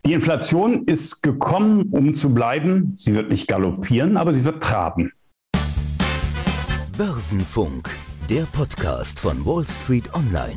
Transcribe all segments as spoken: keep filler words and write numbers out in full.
Die Inflation ist gekommen, um zu bleiben. Sie wird nicht galoppieren, aber sie wird traben. Börsenfunk, der Podcast von Wall Street Online.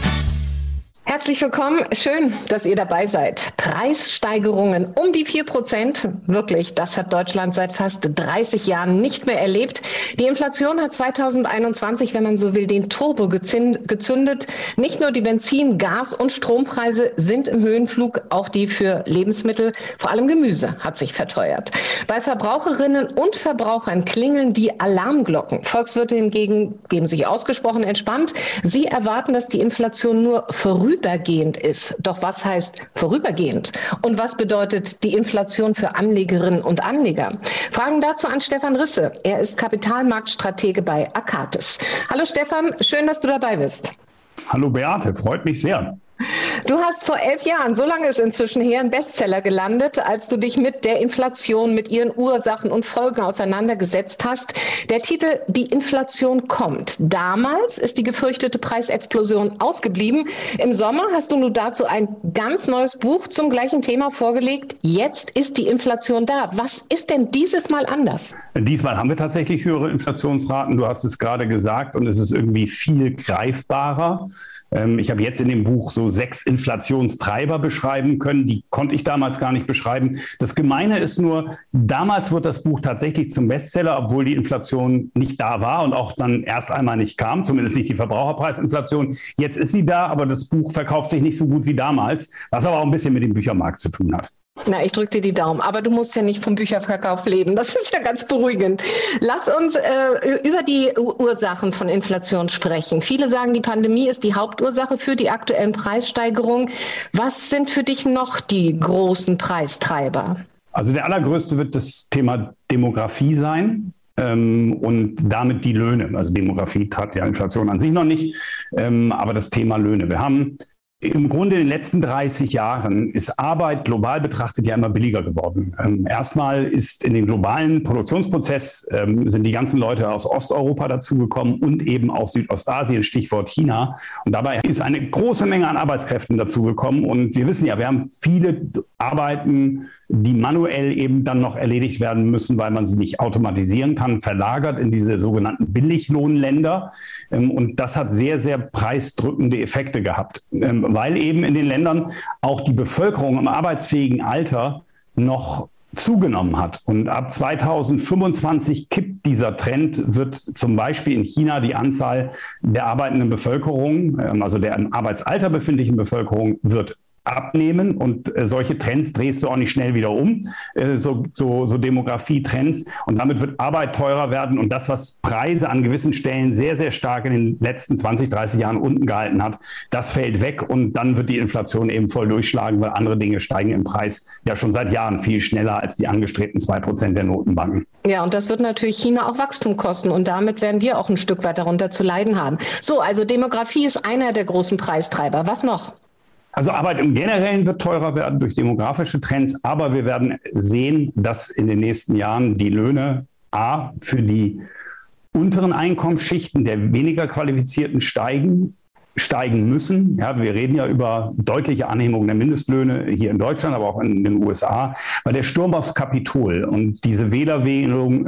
Herzlich willkommen. Schön, dass ihr dabei seid. Preissteigerungen um die vier Prozent. Wirklich, das hat Deutschland seit fast dreißig Jahren nicht mehr erlebt. Die Inflation hat zweitausendeinundzwanzig, wenn man so will, den Turbo gezündet. Nicht nur die Benzin-, Gas- und Strompreise sind im Höhenflug, auch die für Lebensmittel, vor allem Gemüse, hat sich verteuert. Bei Verbraucherinnen und Verbrauchern klingeln die Alarmglocken. Volkswirte hingegen geben sich ausgesprochen entspannt. Sie erwarten, dass die Inflation nur vorübergehend ist. Doch was heißt vorübergehend? Und was bedeutet die Inflation für Anlegerinnen und Anleger? Fragen dazu an Stefan Risse. Er ist Kapitalmarktstratege bei Akatis. Hallo Stefan, schön, dass du dabei bist. Hallo Beate, freut mich sehr. Du hast vor elf Jahren, so lange ist inzwischen her, ein Bestseller gelandet, als du dich mit der Inflation, mit ihren Ursachen und Folgen auseinandergesetzt hast. Der Titel »Die Inflation kommt«. Damals ist die gefürchtete Preisexplosion ausgeblieben. Im Sommer hast du nun dazu ein ganz neues Buch zum gleichen Thema vorgelegt. Jetzt ist die Inflation da. Was ist denn dieses Mal anders? Diesmal haben wir tatsächlich höhere Inflationsraten. Du hast es gerade gesagt und es ist irgendwie viel greifbarer. Ich habe jetzt in dem Buch so sechs Inflationstreiber beschreiben können. Die konnte ich damals gar nicht beschreiben. Das Gemeine ist nur, damals wurde das Buch tatsächlich zum Bestseller, obwohl die Inflation nicht da war und auch dann erst einmal nicht kam, zumindest nicht die Verbraucherpreisinflation. Jetzt ist sie da, aber das Buch verkauft sich nicht so gut wie damals, was aber auch ein bisschen mit dem Büchermarkt zu tun hat. Na, ich drücke dir die Daumen, aber du musst ja nicht vom Bücherverkauf leben. Das ist ja ganz beruhigend. Lass uns äh, über die Ursachen von Inflation sprechen. Viele sagen, die Pandemie ist die Hauptursache für die aktuellen Preissteigerungen. Was sind für dich noch die großen Preistreiber? Also der allergrößte wird das Thema Demografie sein. Ähm, und damit die Löhne. Also Demografie hat ja Inflation an sich noch nicht, ähm, aber das Thema Löhne. Wir haben im Grunde in den letzten dreißig Jahren ist Arbeit global betrachtet ja immer billiger geworden. Ähm, erstmal ist in den globalen Produktionsprozess ähm, sind die ganzen Leute aus Osteuropa dazugekommen und eben aus Südostasien, Stichwort China. Und dabei ist eine große Menge an Arbeitskräften dazugekommen. Und wir wissen ja, wir haben viele Arbeiten, die manuell eben dann noch erledigt werden müssen, weil man sie nicht automatisieren kann, verlagert in diese sogenannten Billiglohnländer. Ähm, und das hat sehr, sehr preisdrückende Effekte gehabt. Ähm, weil eben in den Ländern auch die Bevölkerung im arbeitsfähigen Alter noch zugenommen hat. Und ab zweitausendfünfundzwanzig kippt dieser Trend, wird zum Beispiel in China die Anzahl der arbeitenden Bevölkerung, also der im Arbeitsalter befindlichen Bevölkerung, wird abnehmen und äh, solche Trends drehst du auch nicht schnell wieder um, äh, so, so, so Demografie-Trends, und damit wird Arbeit teurer werden und das, was Preise an gewissen Stellen sehr, sehr stark in den letzten zwanzig, dreißig Jahren unten gehalten hat, das fällt weg und dann wird die Inflation eben voll durchschlagen, weil andere Dinge steigen im Preis ja schon seit Jahren viel schneller als die angestrebten zwei Prozent der Notenbanken. Ja, und das wird natürlich China auch Wachstum kosten und damit werden wir auch ein Stück weit darunter zu leiden haben. So, also Demografie ist einer der großen Preistreiber. Was noch? Also Arbeit im Generellen wird teurer werden durch demografische Trends, aber wir werden sehen, dass in den nächsten Jahren die Löhne A für die unteren Einkommensschichten der weniger Qualifizierten steigen, steigen müssen. Ja, wir reden ja über deutliche Anhebung der Mindestlöhne hier in Deutschland, aber auch in den U S A, weil der Sturm aufs Kapitol und diese Wählerwanderung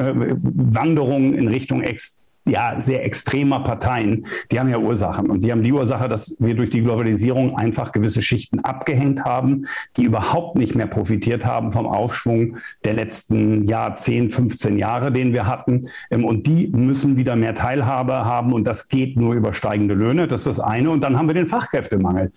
äh, in Richtung Ex ja, sehr extremer Parteien, die haben ja Ursachen. Und die haben die Ursache, dass wir durch die Globalisierung einfach gewisse Schichten abgehängt haben, die überhaupt nicht mehr profitiert haben vom Aufschwung der letzten ja, zehn, fünfzehn Jahre, den wir hatten. Und die müssen wieder mehr Teilhabe haben. Und das geht nur über steigende Löhne. Das ist das eine. Und dann haben wir den Fachkräftemangel.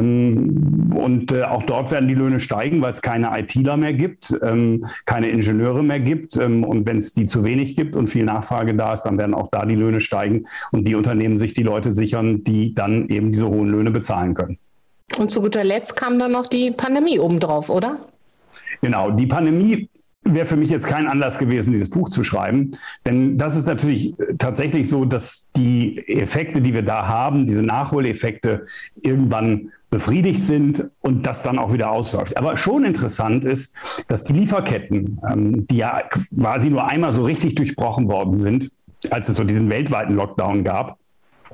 Und auch dort werden die Löhne steigen, weil es keine ITler mehr gibt, keine Ingenieure mehr gibt. Und wenn es die zu wenig gibt und viel Nachfrage da ist, dann werden auch da die Löhne steigen und die Unternehmen sich die Leute sichern, die dann eben diese hohen Löhne bezahlen können. Und zu guter Letzt kam dann noch die Pandemie obendrauf, oder? Genau, die Pandemie wäre für mich jetzt kein Anlass gewesen, dieses Buch zu schreiben. Denn das ist natürlich tatsächlich so, dass die Effekte, die wir da haben, diese Nachholeffekte irgendwann befriedigt sind und das dann auch wieder ausläuft. Aber schon interessant ist, dass die Lieferketten, ähm, die ja quasi nur einmal so richtig durchbrochen worden sind, als es so diesen weltweiten Lockdown gab,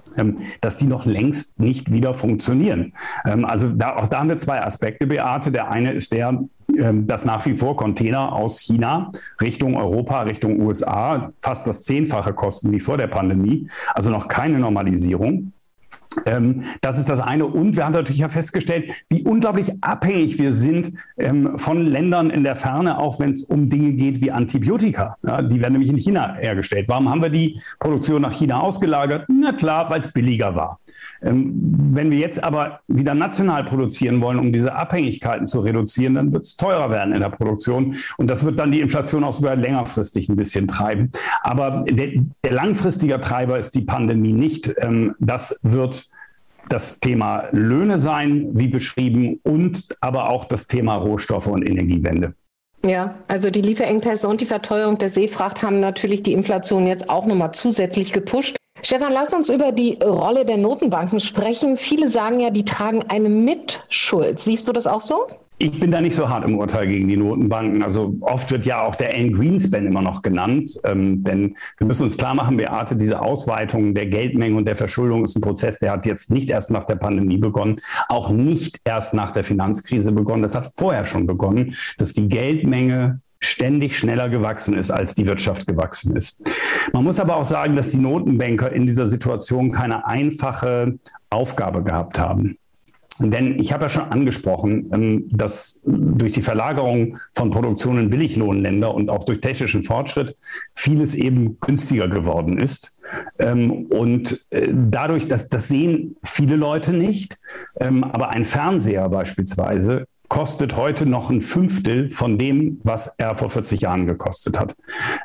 dass die noch längst nicht wieder funktionieren. Also da, auch da haben wir zwei Aspekte, Beate. Der eine ist der, dass nach wie vor Container aus China Richtung Europa, Richtung U S A fast das Zehnfache kosten wie vor der Pandemie. Also noch keine Normalisierung. Ähm, das ist das eine. Und wir haben natürlich ja festgestellt, wie unglaublich abhängig wir sind ähm, von Ländern in der Ferne, auch wenn es um Dinge geht wie Antibiotika. Ja, die werden nämlich in China hergestellt. Warum haben wir die Produktion nach China ausgelagert? Na klar, weil es billiger war. Ähm, wenn wir jetzt aber wieder national produzieren wollen, um diese Abhängigkeiten zu reduzieren, dann wird es teurer werden in der Produktion. Und das wird dann die Inflation auch sogar längerfristig ein bisschen treiben. Aber der, der langfristige Treiber ist die Pandemie nicht. Ähm, das wird das Thema Löhne sein, wie beschrieben, und aber auch das Thema Rohstoffe und Energiewende. Ja, also die Lieferengpässe und die Verteuerung der Seefracht haben natürlich die Inflation jetzt auch nochmal zusätzlich gepusht. Stefan, lass uns über die Rolle der Notenbanken sprechen. Viele sagen ja, die tragen eine Mitschuld. Siehst du das auch so? Ich bin da nicht so hart im Urteil gegen die Notenbanken. Also oft wird ja auch der Alan Greenspan immer noch genannt. Ähm, denn wir müssen uns klar machen, Beate, diese Ausweitung der Geldmenge und der Verschuldung ist ein Prozess, der hat jetzt nicht erst nach der Pandemie begonnen, auch nicht erst nach der Finanzkrise begonnen. Das hat vorher schon begonnen, dass die Geldmenge ständig schneller gewachsen ist, als die Wirtschaft gewachsen ist. Man muss aber auch sagen, dass die Notenbanker in dieser Situation keine einfache Aufgabe gehabt haben. Denn ich habe ja schon angesprochen, dass durch die Verlagerung von Produktion in Billiglohnländer und auch durch technischen Fortschritt vieles eben günstiger geworden ist. Und dadurch, das, das sehen viele Leute nicht, aber ein Fernseher beispielsweise kostet heute noch ein Fünftel von dem, was er vor vierzig Jahren gekostet hat.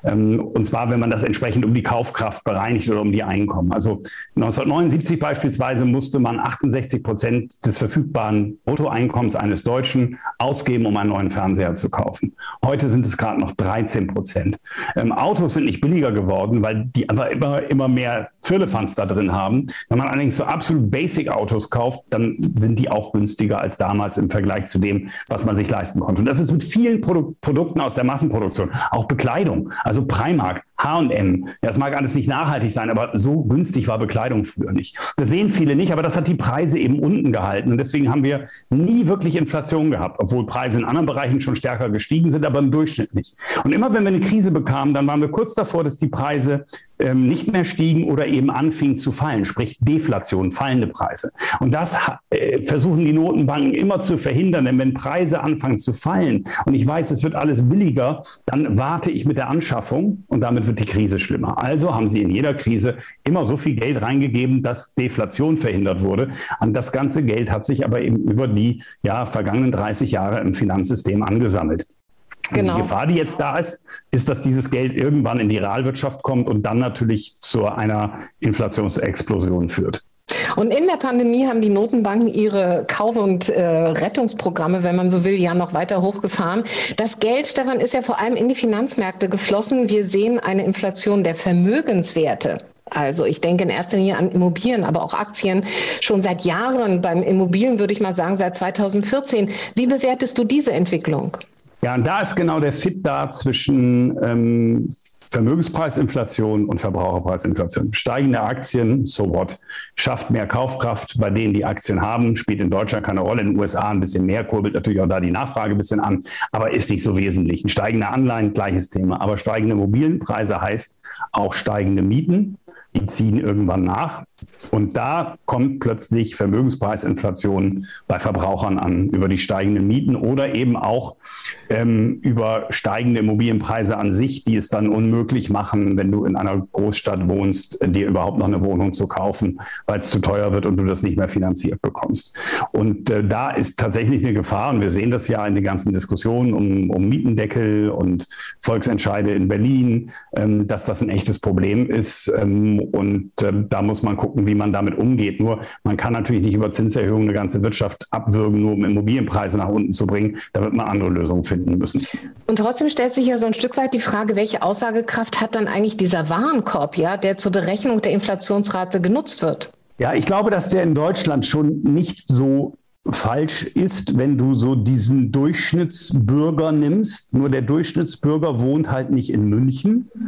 Und zwar, wenn man das entsprechend um die Kaufkraft bereinigt oder um die Einkommen. Also neunzehnhundertneunundsiebzig beispielsweise musste man achtundsechzig Prozent des verfügbaren Bruttoeinkommens eines Deutschen ausgeben, um einen neuen Fernseher zu kaufen. Heute sind es gerade noch dreizehn Prozent. Ähm, Autos sind nicht billiger geworden, weil die einfach immer, immer mehr Firlefanz da drin haben. Wenn man allerdings so absolut Basic-Autos kauft, dann sind die auch günstiger als damals im Vergleich zu dem, was man sich leisten konnte. Und das ist mit vielen Produ- Produkten aus der Massenproduktion. Auch Bekleidung, also Primark, H und M. Ja, das mag alles nicht nachhaltig sein, aber so günstig war Bekleidung früher nicht. Das sehen viele nicht, aber das hat die Preise eben unten gehalten. Und deswegen haben wir nie wirklich Inflation gehabt, obwohl Preise in anderen Bereichen schon stärker gestiegen sind, aber im Durchschnitt nicht. Und immer wenn wir eine Krise bekamen, dann waren wir kurz davor, dass die Preise ähm, nicht mehr stiegen oder eben anfingen zu fallen, sprich Deflation, fallende Preise. Und das äh, versuchen die Notenbanken immer zu verhindern, denn wenn Preise anfangen zu fallen und ich weiß, es wird alles billiger, dann warte ich mit der Anschaffung und damit wird die Krise schlimmer. Also haben sie in jeder Krise immer so viel Geld reingegeben, dass Deflation verhindert wurde. Und das ganze Geld hat sich aber eben über die ja, vergangenen dreißig Jahre im Finanzsystem angesammelt. Genau. Die Gefahr, die jetzt da ist, ist, dass dieses Geld irgendwann in die Realwirtschaft kommt und dann natürlich zu einer Inflationsexplosion führt. Und in der Pandemie haben die Notenbanken ihre Kauf- und äh, Rettungsprogramme, wenn man so will, ja noch weiter hochgefahren. Das Geld, Stefan, ist ja vor allem in die Finanzmärkte geflossen. Wir sehen eine Inflation der Vermögenswerte. Also ich denke in erster Linie an Immobilien, aber auch Aktien schon seit Jahren. Beim Immobilien würde ich mal sagen seit zweitausendvierzehn. Wie bewertest du diese Entwicklung? Ja, und da ist genau der Fit da zwischen ähm, Vermögenspreisinflation und Verbraucherpreisinflation. Steigende Aktien, so what, schafft mehr Kaufkraft bei denen, die Aktien haben, spielt in Deutschland keine Rolle, in den U S A ein bisschen mehr, kurbelt natürlich auch da die Nachfrage ein bisschen an, aber ist nicht so wesentlich. Ein steigende Anleihen, gleiches Thema, aber steigende Immobilienpreise heißt auch steigende Mieten. Die ziehen irgendwann nach. Und da kommt plötzlich Vermögenspreisinflation bei Verbrauchern an, über die steigenden Mieten oder eben auch ähm, über steigende Immobilienpreise an sich, die es dann unmöglich machen, wenn du in einer Großstadt wohnst, dir überhaupt noch eine Wohnung zu kaufen, weil es zu teuer wird und du das nicht mehr finanziert bekommst. Und äh, da ist tatsächlich eine Gefahr, und wir sehen das ja in den ganzen Diskussionen um, um Mietendeckel und Volksentscheide in Berlin, ähm, dass das ein echtes Problem ist. Ähm, Und äh, da muss man gucken, wie man damit umgeht. Nur man kann natürlich nicht über Zinserhöhungen eine ganze Wirtschaft abwürgen, nur um Immobilienpreise nach unten zu bringen. Da wird man andere Lösungen finden müssen. Und trotzdem stellt sich ja so ein Stück weit die Frage, welche Aussagekraft hat dann eigentlich dieser Warenkorb, ja, der zur Berechnung der Inflationsrate genutzt wird? Ja, ich glaube, dass der in Deutschland schon nicht so falsch ist, wenn du so diesen Durchschnittsbürger nimmst. Nur der Durchschnittsbürger wohnt halt nicht in München,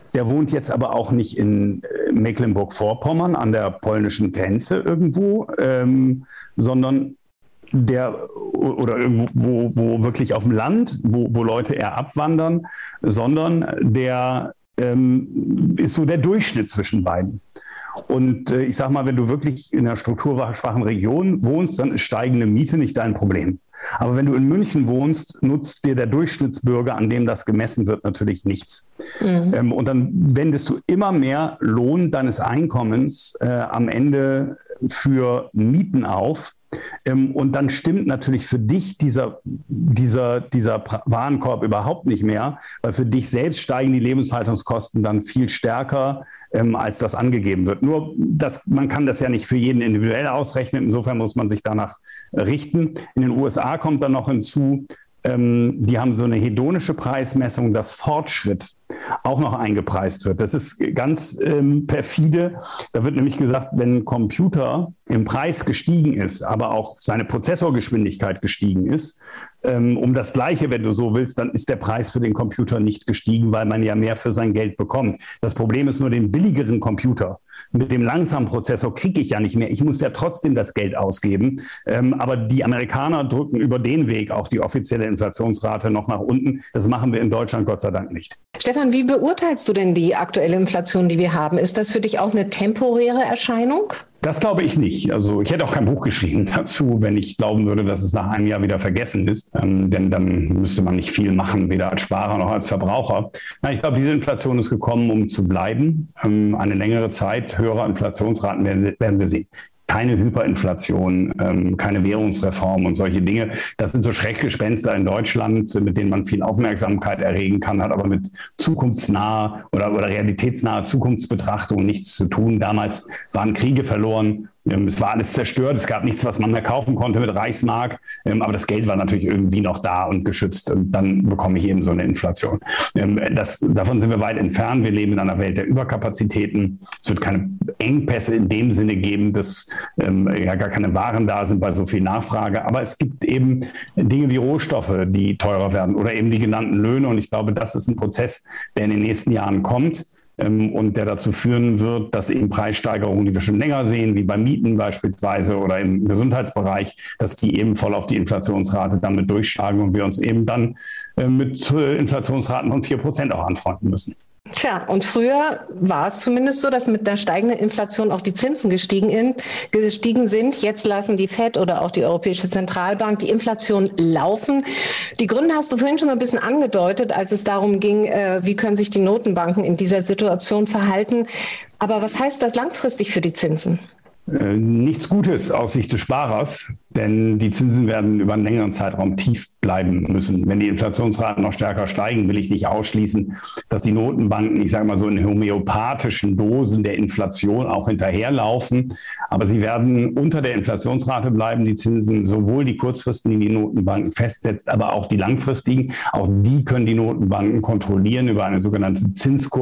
der wohnt jetzt aber auch nicht in Mecklenburg-Vorpommern an der polnischen Grenze irgendwo, ähm, sondern der oder irgendwo wo, wo wirklich auf dem Land, wo, wo Leute eher abwandern, sondern der ähm, ist so der Durchschnitt zwischen beiden. Und äh, ich sage mal, wenn du wirklich in einer strukturschwachen Region wohnst, dann ist steigende Miete nicht dein Problem. Aber wenn du in München wohnst, nutzt dir der Durchschnittsbürger, an dem das gemessen wird, natürlich nichts. Mhm. Ähm, und dann wendest du immer mehr Lohn deines Einkommens äh, am Ende für Mieten auf. Ähm, und dann stimmt natürlich für dich dieser, dieser, dieser Warenkorb überhaupt nicht mehr, weil für dich selbst steigen die Lebenshaltungskosten dann viel stärker, ähm, als das angegeben wird. Nur, das, man kann das ja nicht für jeden individuell ausrechnen. Insofern muss man sich danach richten. In den U S A kommt dann noch hinzu, ähm, die haben so eine hedonische Preismessung, dass Fortschritt auch noch eingepreist wird. Das ist ganz ähm, perfide. Da wird nämlich gesagt, wenn ein Computer im Preis gestiegen ist, aber auch seine Prozessorgeschwindigkeit gestiegen ist, ähm, um das Gleiche, wenn du so willst, dann ist der Preis für den Computer nicht gestiegen, weil man ja mehr für sein Geld bekommt. Das Problem ist nur, den billigeren Computer mit dem langsamen Prozessor kriege ich ja nicht mehr. Ich muss ja trotzdem das Geld ausgeben. Ähm, aber die Amerikaner drücken über den Weg auch die offizielle Inflationsrate noch nach unten. Das machen wir in Deutschland Gott sei Dank nicht. Stefan, wie beurteilst du denn die aktuelle Inflation, die wir haben? Ist das für dich auch eine temporäre Erscheinung? Das glaube ich nicht. Also ich hätte auch kein Buch geschrieben dazu, wenn ich glauben würde, dass es nach einem Jahr wieder vergessen ist. Ähm, denn dann müsste man nicht viel machen, weder als Sparer noch als Verbraucher. Na, ich glaube, diese Inflation ist gekommen, um zu bleiben. Ähm, eine längere Zeit, höhere Inflationsraten werden, werden wir sehen. Keine Hyperinflation, ähm, keine Währungsreform und solche Dinge. Das sind so Schreckgespenster in Deutschland, mit denen man viel Aufmerksamkeit erregen kann, hat aber mit zukunftsnaher oder, oder realitätsnaher Zukunftsbetrachtung nichts zu tun. Damals waren Kriege verloren. Es war alles zerstört, es gab nichts, was man mehr kaufen konnte mit Reichsmark, aber das Geld war natürlich irgendwie noch da und geschützt und dann bekomme ich eben so eine Inflation. Das, davon sind wir weit entfernt, wir leben in einer Welt der Überkapazitäten, es wird keine Engpässe in dem Sinne geben, dass ähm, ja gar keine Waren da sind bei so viel Nachfrage, aber es gibt eben Dinge wie Rohstoffe, die teurer werden oder eben die genannten Löhne und ich glaube, das ist ein Prozess, der in den nächsten Jahren kommt. Und der dazu führen wird, dass eben Preissteigerungen, die wir schon länger sehen, wie bei Mieten beispielsweise oder im Gesundheitsbereich, dass die eben voll auf die Inflationsrate damit durchschlagen und wir uns eben dann mit Inflationsraten von vier Prozent auch anfreunden müssen. Tja, und früher war es zumindest so, dass mit der steigenden Inflation auch die Zinsen gestiegen, in, gestiegen sind. Jetzt lassen die Fed oder auch die Europäische Zentralbank die Inflation laufen. Die Gründe hast du vorhin schon ein bisschen angedeutet, als es darum ging, äh, wie können sich die Notenbanken in dieser Situation verhalten. Aber was heißt das langfristig für die Zinsen? Nichts Gutes aus Sicht des Sparers, denn die Zinsen werden über einen längeren Zeitraum tief bleiben müssen. Wenn die Inflationsraten noch stärker steigen, will ich nicht ausschließen, dass die Notenbanken, ich sage mal so in homöopathischen Dosen der Inflation auch hinterherlaufen. Aber sie werden unter der Inflationsrate bleiben, die Zinsen, sowohl die kurzfristigen, die die Notenbanken festsetzt, aber auch die langfristigen. Auch die können die Notenbanken kontrollieren über eine sogenannte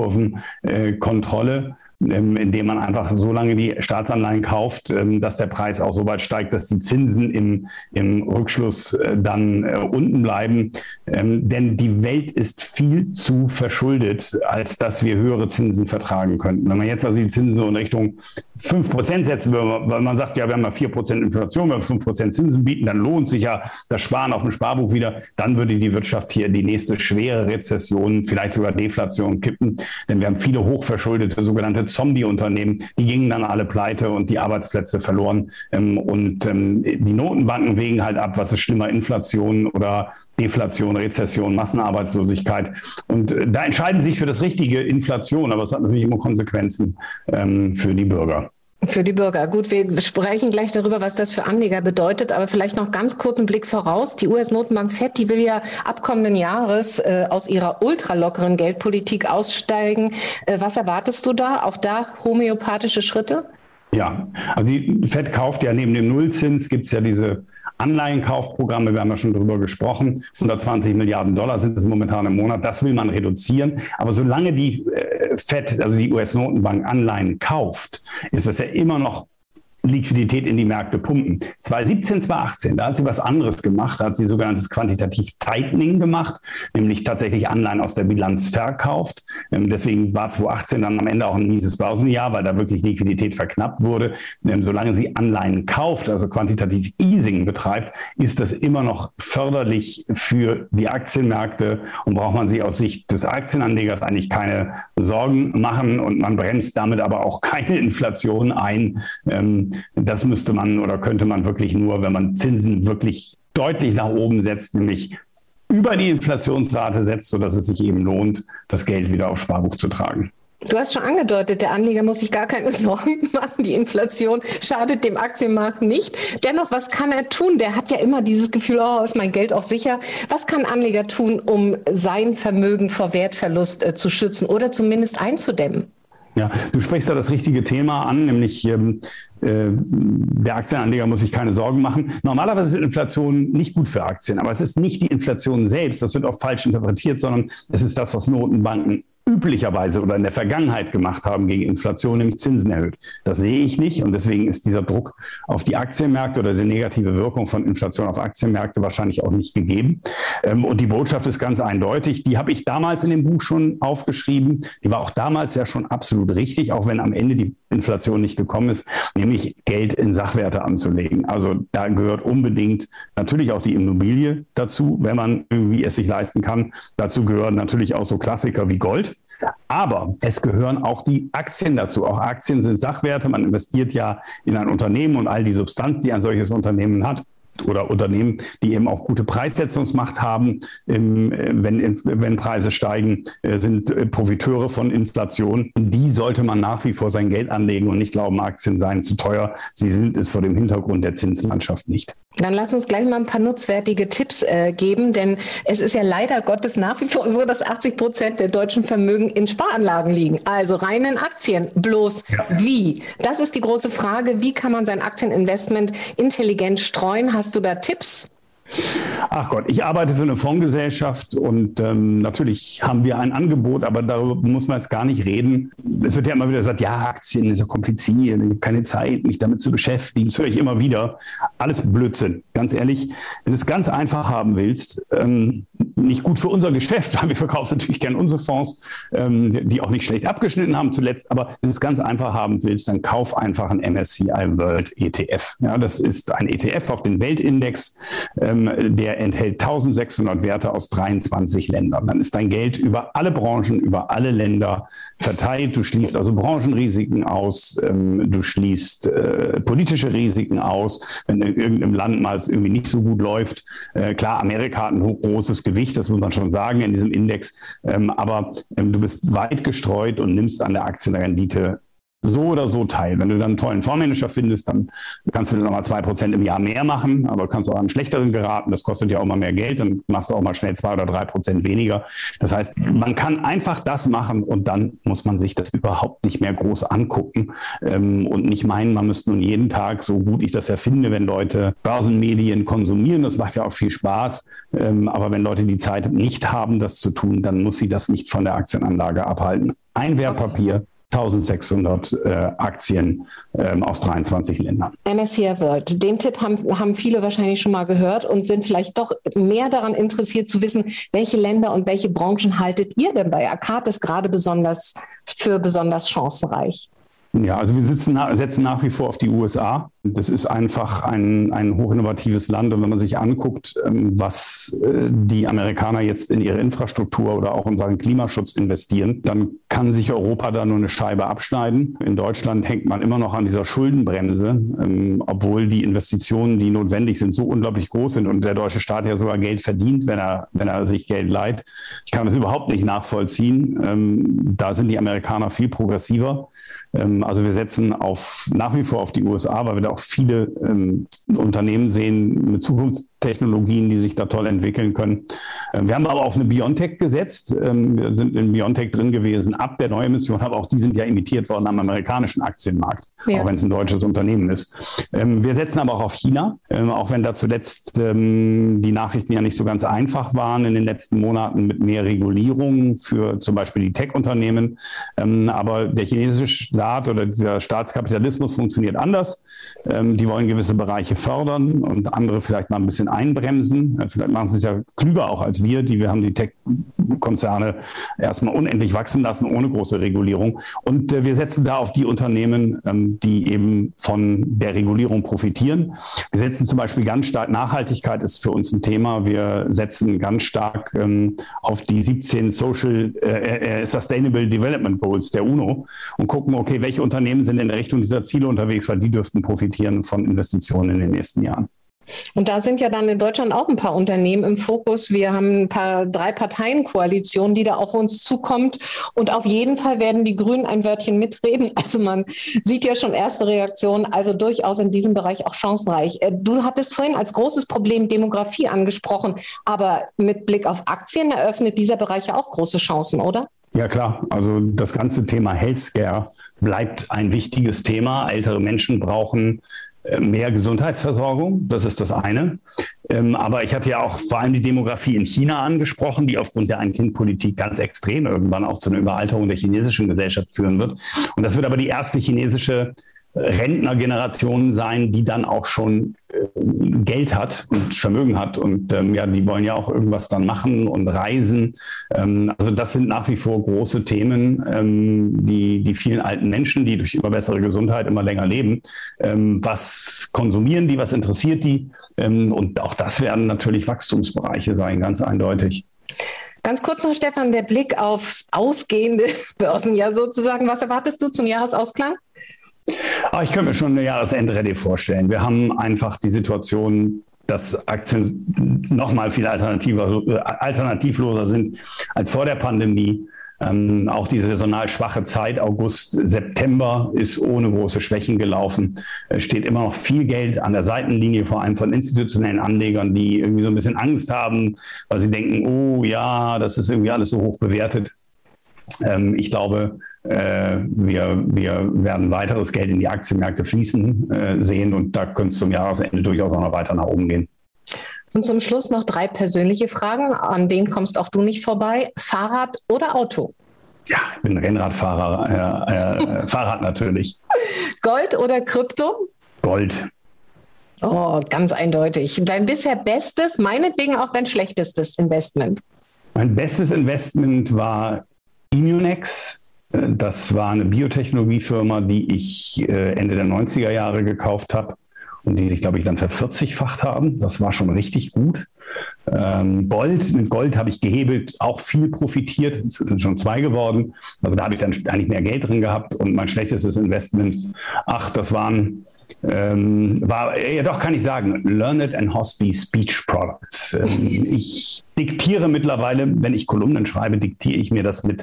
Zinskurvenkontrolle. Indem man einfach so lange die Staatsanleihen kauft, dass der Preis auch so weit steigt, dass die Zinsen im, im Rückschluss dann unten bleiben. Denn die Welt ist viel zu verschuldet, als dass wir höhere Zinsen vertragen könnten. Wenn man jetzt also die Zinsen so in Richtung fünf Prozent setzen würde, weil man sagt, ja, wir haben ja vier Prozent Inflation, wenn wir fünf Prozent Zinsen bieten, dann lohnt sich ja das Sparen auf dem Sparbuch wieder. Dann würde die Wirtschaft hier die nächste schwere Rezession, vielleicht sogar Deflation kippen. Denn wir haben viele hochverschuldete sogenannte Zombie-Unternehmen, die gingen dann alle pleite und die Arbeitsplätze verloren. Und die Notenbanken wägen halt ab, was ist schlimmer, Inflation oder Deflation, Rezession, Massenarbeitslosigkeit. Und da entscheiden sie sich für das Richtige, Inflation, aber es hat natürlich immer Konsequenzen für die Bürger. Für die Bürger. Gut, wir sprechen gleich darüber, was das für Anleger bedeutet, aber vielleicht noch ganz kurz einen Blick voraus. Die U S-Notenbank Fed, die will ja ab kommenden Jahres äh, aus ihrer ultralockeren Geldpolitik aussteigen. Äh, was erwartest du da? Auch da homöopathische Schritte? Ja, also die Fed kauft ja neben dem Nullzins, gibt es ja diese Anleihenkaufprogramme, wir haben ja schon darüber gesprochen, hundertzwanzig Milliarden Dollar sind es momentan im Monat, das will man reduzieren. Aber solange die Fed, also die U S-Notenbank, Anleihen kauft, ist das ja immer noch Liquidität in die Märkte pumpen. zweitausendsiebzehn, zweitausendachtzehn, da hat sie was anderes gemacht, da hat sie sogenanntes quantitativ Tightening gemacht, nämlich tatsächlich Anleihen aus der Bilanz verkauft. Ähm, deswegen war zweitausendachtzehn dann am Ende auch ein mieses Börsenjahr, weil da wirklich Liquidität verknappt wurde. Ähm, solange sie Anleihen kauft, also quantitativ Easing betreibt, ist das immer noch förderlich für die Aktienmärkte und braucht man sich aus Sicht des Aktienanlegers eigentlich keine Sorgen machen und man bremst damit aber auch keine Inflation ein. Ähm, das müsste man oder könnte man wirklich nur, wenn man Zinsen wirklich deutlich nach oben setzt, nämlich über die Inflationsrate setzt, sodass es sich eben lohnt, das Geld wieder aufs Sparbuch zu tragen. Du hast schon angedeutet, der Anleger muss sich gar keine Sorgen machen. Die Inflation schadet dem Aktienmarkt nicht. Dennoch, was kann er tun? Der hat ja immer dieses Gefühl, oh, ist mein Geld auch sicher. Was kann ein Anleger tun, um sein Vermögen vor Wertverlust äh, zu schützen oder zumindest einzudämmen? Ja, du sprichst da das richtige Thema an, nämlich ähm, äh, der Aktienanleger muss sich keine Sorgen machen. Normalerweise ist Inflation nicht gut für Aktien, aber es ist nicht die Inflation selbst, das wird oft falsch interpretiert, sondern es ist das, was Notenbanken üblicherweise oder in der Vergangenheit gemacht haben gegen Inflation, nämlich Zinsen erhöht. Das sehe ich nicht und deswegen ist dieser Druck auf die Aktienmärkte oder diese negative Wirkung von Inflation auf Aktienmärkte wahrscheinlich auch nicht gegeben. Und die Botschaft ist ganz eindeutig. Die habe ich damals in dem Buch schon aufgeschrieben. Die war auch damals ja schon absolut richtig, auch wenn am Ende die Inflation nicht gekommen ist, nämlich Geld in Sachwerte anzulegen. Also da gehört unbedingt natürlich auch die Immobilie dazu, wenn man irgendwie es sich leisten kann. Dazu gehören natürlich auch so Klassiker wie Gold. Aber es gehören auch die Aktien dazu. Auch Aktien sind Sachwerte. Man investiert ja in ein Unternehmen und all die Substanz, die ein solches Unternehmen hat. Oder Unternehmen, die eben auch gute Preissetzungsmacht haben, wenn, wenn Preise steigen, sind Profiteure von Inflation. In die sollte man nach wie vor sein Geld anlegen und nicht glauben, Aktien seien zu teuer. Sie sind es vor dem Hintergrund der Zinslandschaft nicht. Dann lass uns gleich mal ein paar nutzwertige Tipps äh, geben, denn es ist ja leider Gottes nach wie vor so, dass achtzig Prozent der deutschen Vermögen in Sparanlagen liegen, also rein in Aktien. Bloß ja. Wie? Das ist die große Frage. Wie kann man sein Aktieninvestment intelligent streuen? Hast du da Tipps? Ach Gott, ich arbeite für eine Fondsgesellschaft und ähm, natürlich haben wir ein Angebot, aber darüber muss man jetzt gar nicht reden. Es wird ja immer wieder gesagt, ja, Aktien ist ja kompliziert, ich habe keine Zeit, mich damit zu beschäftigen. Das höre ich immer wieder. Alles Blödsinn, ganz ehrlich. Wenn du es ganz einfach haben willst, ähm, nicht gut für unser Geschäft, weil wir verkaufen natürlich gerne unsere Fonds, ähm, die auch nicht schlecht abgeschnitten haben zuletzt, aber wenn du es ganz einfach haben willst, dann kauf einfach einen M S C I World E T F. Ja, das ist ein E T F auf den Weltindex, ähm, der enthält eintausendsechshundert Werte aus dreiundzwanzig Ländern. Dann ist dein Geld über alle Branchen, über alle Länder verteilt. Du schließt also Branchenrisiken aus, ähm, du schließt äh, politische Risiken aus, wenn in irgendeinem Land mal es irgendwie nicht so gut läuft. Äh, klar, Amerika hat ein großes Gewicht, das muss man schon sagen in diesem Index, ähm, aber ähm, du bist weit gestreut und nimmst an der Aktienrendite so oder so teil. Wenn du dann einen tollen Fondsmanager findest, dann kannst du nochmal zwei Prozent im Jahr mehr machen, aber kannst auch an einen schlechteren geraten. Das kostet ja auch mal mehr Geld, dann machst du auch mal schnell zwei oder drei Prozent weniger. Das heißt, man kann einfach das machen und dann muss man sich das überhaupt nicht mehr groß angucken ähm, und nicht meinen, man müsste nun jeden Tag, so gut ich das erfinde, wenn Leute Börsenmedien konsumieren, das macht ja auch viel Spaß, ähm, aber wenn Leute die Zeit nicht haben, das zu tun, dann muss sie das nicht von der Aktienanlage abhalten. Ein Wertpapier, eintausendsechshundert äh, Aktien ähm, aus dreiundzwanzig Ländern. M S C I World, den Tipp haben, haben viele wahrscheinlich schon mal gehört und sind vielleicht doch mehr daran interessiert zu wissen, welche Länder und welche Branchen haltet ihr denn bei Arcatis gerade besonders für besonders chancenreich? Ja, also wir sitzen, setzen nach wie vor auf die U S A. Das ist einfach ein, ein hochinnovatives Land. Und wenn man sich anguckt, was die Amerikaner jetzt in ihre Infrastruktur oder auch in Sachen Klimaschutz investieren, dann kann sich Europa da nur eine Scheibe abschneiden. In Deutschland hängt man immer noch an dieser Schuldenbremse, obwohl die Investitionen, die notwendig sind, so unglaublich groß sind und der deutsche Staat ja sogar Geld verdient, wenn er, wenn er sich Geld leiht. Ich kann das überhaupt nicht nachvollziehen. Da sind die Amerikaner viel progressiver. Also wir setzen auf, nach wie vor auf die U S A, weil wir da auch viele ähm, Unternehmen sehen mit Zukunfts Technologien, die sich da toll entwickeln können. Wir haben aber auf eine BioNTech gesetzt. Wir sind in BioNTech drin gewesen ab der Neuemission, aber auch die sind ja imitiert worden am amerikanischen Aktienmarkt, ja. Auch wenn es ein deutsches Unternehmen ist. Wir setzen aber auch auf China, auch wenn da zuletzt die Nachrichten ja nicht so ganz einfach waren in den letzten Monaten mit mehr Regulierung für zum Beispiel die Tech-Unternehmen. Aber der chinesische Staat oder dieser Staatskapitalismus funktioniert anders. Die wollen gewisse Bereiche fördern und andere vielleicht mal ein bisschen einbremsen. Vielleicht machen sie es ja klüger auch als wir, die wir haben die Tech-Konzerne erstmal unendlich wachsen lassen, ohne große Regulierung. Und äh, wir setzen da auf die Unternehmen, ähm, die eben von der Regulierung profitieren. Wir setzen zum Beispiel ganz stark, Nachhaltigkeit ist für uns ein Thema. Wir setzen ganz stark ähm, auf die siebzehn Social äh, äh, Sustainable Development Goals der UNO und gucken, okay, welche Unternehmen sind in der Richtung dieser Ziele unterwegs, weil die dürften profitieren von Investitionen in den nächsten Jahren. Und da sind ja dann in Deutschland auch ein paar Unternehmen im Fokus. Wir haben ein paar Drei-Parteien-Koalitionen, die da auf uns zukommt. Und auf jeden Fall werden die Grünen ein Wörtchen mitreden. Also man sieht ja schon erste Reaktionen, also durchaus in diesem Bereich auch chancenreich. Du hattest vorhin als großes Problem Demografie angesprochen, aber mit Blick auf Aktien eröffnet dieser Bereich ja auch große Chancen, oder? Ja klar, also das ganze Thema Healthcare bleibt ein wichtiges Thema. Ältere Menschen brauchen mehr Gesundheitsversorgung, das ist das eine. Ähm, aber ich hatte ja auch vor allem die Demografie in China angesprochen, die aufgrund der Ein-Kind-Politik ganz extrem irgendwann auch zu einer Überalterung der chinesischen Gesellschaft führen wird. Und das wird aber die erste chinesische Rentnergeneration sein, die dann auch schon äh, Geld hat und Vermögen hat. Und ähm, ja, die wollen ja auch irgendwas dann machen und reisen. Ähm, also das sind nach wie vor große Themen, ähm, die, die vielen alten Menschen, die durch immer bessere Gesundheit immer länger leben. Ähm, was konsumieren die, was interessiert die? Ähm, und auch das werden natürlich Wachstumsbereiche sein, ganz eindeutig. Ganz kurz noch, Stefan, der Blick aufs ausgehende Börsenjahr sozusagen. Was erwartest du zum Jahresausklang? Aber ich könnte mir schon eine Jahresendrallye vorstellen. Wir haben einfach die Situation, dass Aktien noch mal viel alternativer, alternativloser sind als vor der Pandemie. Ähm, auch die saisonal schwache Zeit, August, September, ist ohne große Schwächen gelaufen. Es steht immer noch viel Geld an der Seitenlinie, vor allem von institutionellen Anlegern, die irgendwie so ein bisschen Angst haben, weil sie denken, oh ja, das ist irgendwie alles so hoch bewertet. Ähm, ich glaube, äh, wir, wir werden weiteres Geld in die Aktienmärkte fließen äh, sehen und da könnte es zum Jahresende durchaus auch noch weiter nach oben gehen. Und zum Schluss noch drei persönliche Fragen, an denen kommst auch du nicht vorbei. Fahrrad oder Auto? Ja, ich bin Rennradfahrer, äh, äh, Fahrrad natürlich. Gold oder Krypto? Gold. Oh, ganz eindeutig. Dein bisher bestes, meinetwegen auch dein schlechtestes Investment? Mein bestes Investment war Immunex. Das war eine Biotechnologiefirma, die ich Ende der neunziger Jahre gekauft habe und die sich, glaube ich, dann vervierzigfacht haben. Das war schon richtig gut. Ähm, Gold, mit Gold habe ich gehebelt, auch viel profitiert. Es sind schon zwei geworden. Also da habe ich dann eigentlich mehr Geld drin gehabt. Und mein schlechtestes Investment, ach, das waren... Ähm, war, ja doch, kann ich sagen, Learned and Hospi Speech Products. Ähm, ich diktiere mittlerweile, wenn ich Kolumnen schreibe, diktiere ich mir das mit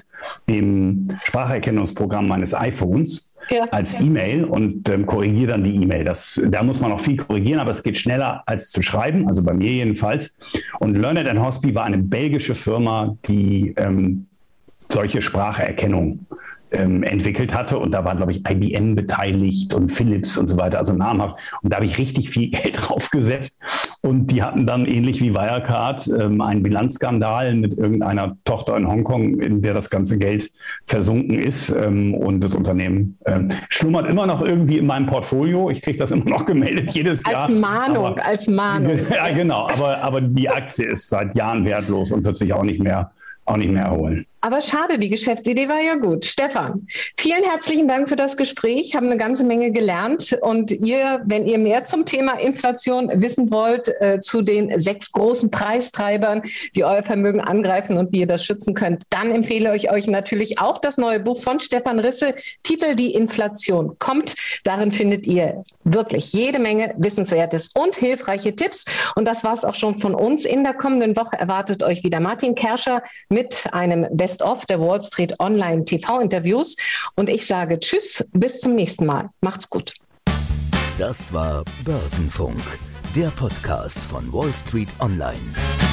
dem Spracherkennungsprogramm meines iPhones ja, als ja. E-Mail und ähm, korrigiere dann die E-Mail. Das, da muss man noch viel korrigieren, aber es geht schneller als zu schreiben, also bei mir jedenfalls. Und Learned and Hospi war eine belgische Firma, die ähm, solche Spracherkennung entwickelt hatte und da war, glaube ich, I B M beteiligt und Philips und so weiter, also namhaft. Und da habe ich richtig viel Geld draufgesetzt und die hatten dann ähnlich wie Wirecard ähm, einen Bilanzskandal mit irgendeiner Tochter in Hongkong, in der das ganze Geld versunken ist ähm, und das Unternehmen ähm, schlummert immer noch irgendwie in meinem Portfolio. Ich kriege das immer noch gemeldet jedes als Jahr. Als Mahnung, aber, als Mahnung. Ja, genau, aber, aber die Aktie ist seit Jahren wertlos und wird sich auch nicht mehr, auch nicht mehr erholen. Aber schade, die Geschäftsidee war ja gut. Stefan, vielen herzlichen Dank für das Gespräch. Haben eine ganze Menge gelernt. Und ihr, wenn ihr mehr zum Thema Inflation wissen wollt, äh, zu den sechs großen Preistreibern, die euer Vermögen angreifen und wie ihr das schützen könnt, dann empfehle ich euch natürlich auch das neue Buch von Stefan Risse, Titel Die Inflation kommt. Darin findet ihr wirklich jede Menge Wissenswertes und hilfreiche Tipps. Und das war es auch schon von uns. In der kommenden Woche erwartet euch wieder Martin Kerscher mit einem Best of der Wall Street Online T V-Interviews. Und ich sage Tschüss, bis zum nächsten Mal. Macht's gut. Das war Börsenfunk, der Podcast von Wall Street Online.